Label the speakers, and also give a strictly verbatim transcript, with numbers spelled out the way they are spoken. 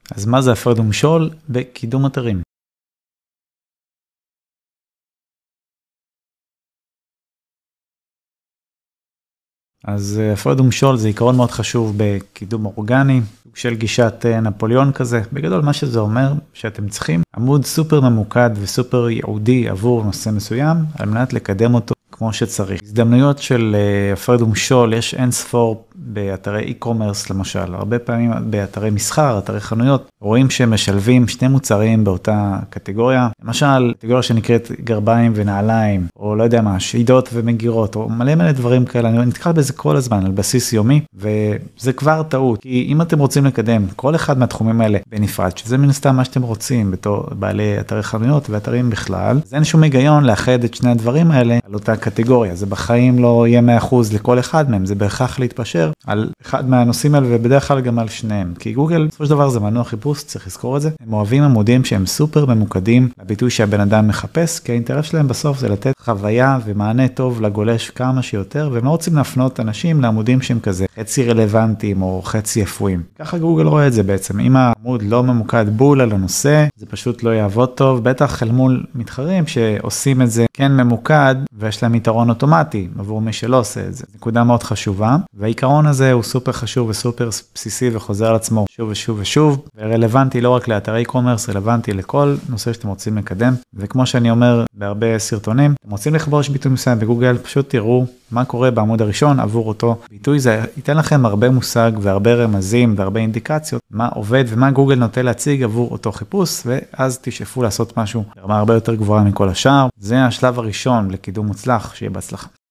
Speaker 1: אז מה זה הפרד ומשול בקידום אתרים? אז הפרד ומשול זה עיקרון מאוד חשוב בקידום אורגני, של גישת נפוליאון כזה. בגדול מה שזה אומר שאתם צריכים עמוד סופר ממוקד וסופר ייעודי עבור נושא מסוים, על מנת לקדם אותו כמו שצריך. הזדמנויות של הפרד ומשול יש אין ספור באתרי e-commerce למשל, הרבה פעמים באתרי מסחר, אתרי חנויות, רואים שהם משלבים שני מוצרים באותה קטגוריה, למשל קטגוריה שנקראת גרביים ונעליים, או לא יודע מה, שידות ומגירות, או מלא מלא דברים כאלה, אני נתקל בזה כל הזמן על בסיס יומי, וזה כבר טעות, כי אם אתם רוצים לקדם כל אחד מהתחומים האלה בנפרד, שזה מן הסתם מה שאתם רוצים בתור בעלי אתרי חנויות ואתרים בכלל, אז אין שום היגיון לאחד את שני הדברים האלה על אותה קטגוריה, זה בחיים לא יהיה מאה אחוז לכל אחד מהם, זה בהכרח להתפשר על אחד מהנושאים האלה ובדרך כלל גם על שניהם, כי גוגל בסופו של דבר זה מנוע חיפוש, צריך לזכור את זה, הם אוהבים עמודים שהם סופר ממוקדים לביטוי שהבן אדם מחפש, כי האינטרס שלהם בסוף זה לתת חוויה ומענה טוב לגולש כמה שיותר, והם לא רוצים להפנות אנשים לעמודים שהם כזה חצי רלוונטיים או חצי אפויים. ככה גוגל רואה את זה בעצם, אם העמוד לא ממוקד בול על הנושא, זה פשוט לא יעבוד טוב, בטח אל מול מתחרים שעושים את זה כן ממוקד, ויש להם יתרון אוטומטי עבור מי שלא עושה את זה. נקודה מאוד חשובה, והעיקרון הזה הוא סופר חשוב וסופר בסיסי וחוזר על עצמו שוב ושוב ושוב, ורלוונטי לא רק לאתרי e-commerce, רלוונטי לכל נושא שאתם רוצים לקדם, וכמו שאני אומר בהרבה סרטונים, אתם רוצים לכבוש ביטוי מסוים בגוגל, פשוט תראו מה קורה בעמוד הראשון עבור אותו ביטוי, זה ייתן לכם הרבה מושג והרבה רמזים והרבה אינדיקציות, מה עובד ומה גוגל נוטה להציג עבור אותו חיפוש, ואז תשאפו לעשות משהו ברמה הרבה יותר גבוהה מכל השאר. זה השלב הראשון לקידום מוצלח, שיהיה בהצלחה.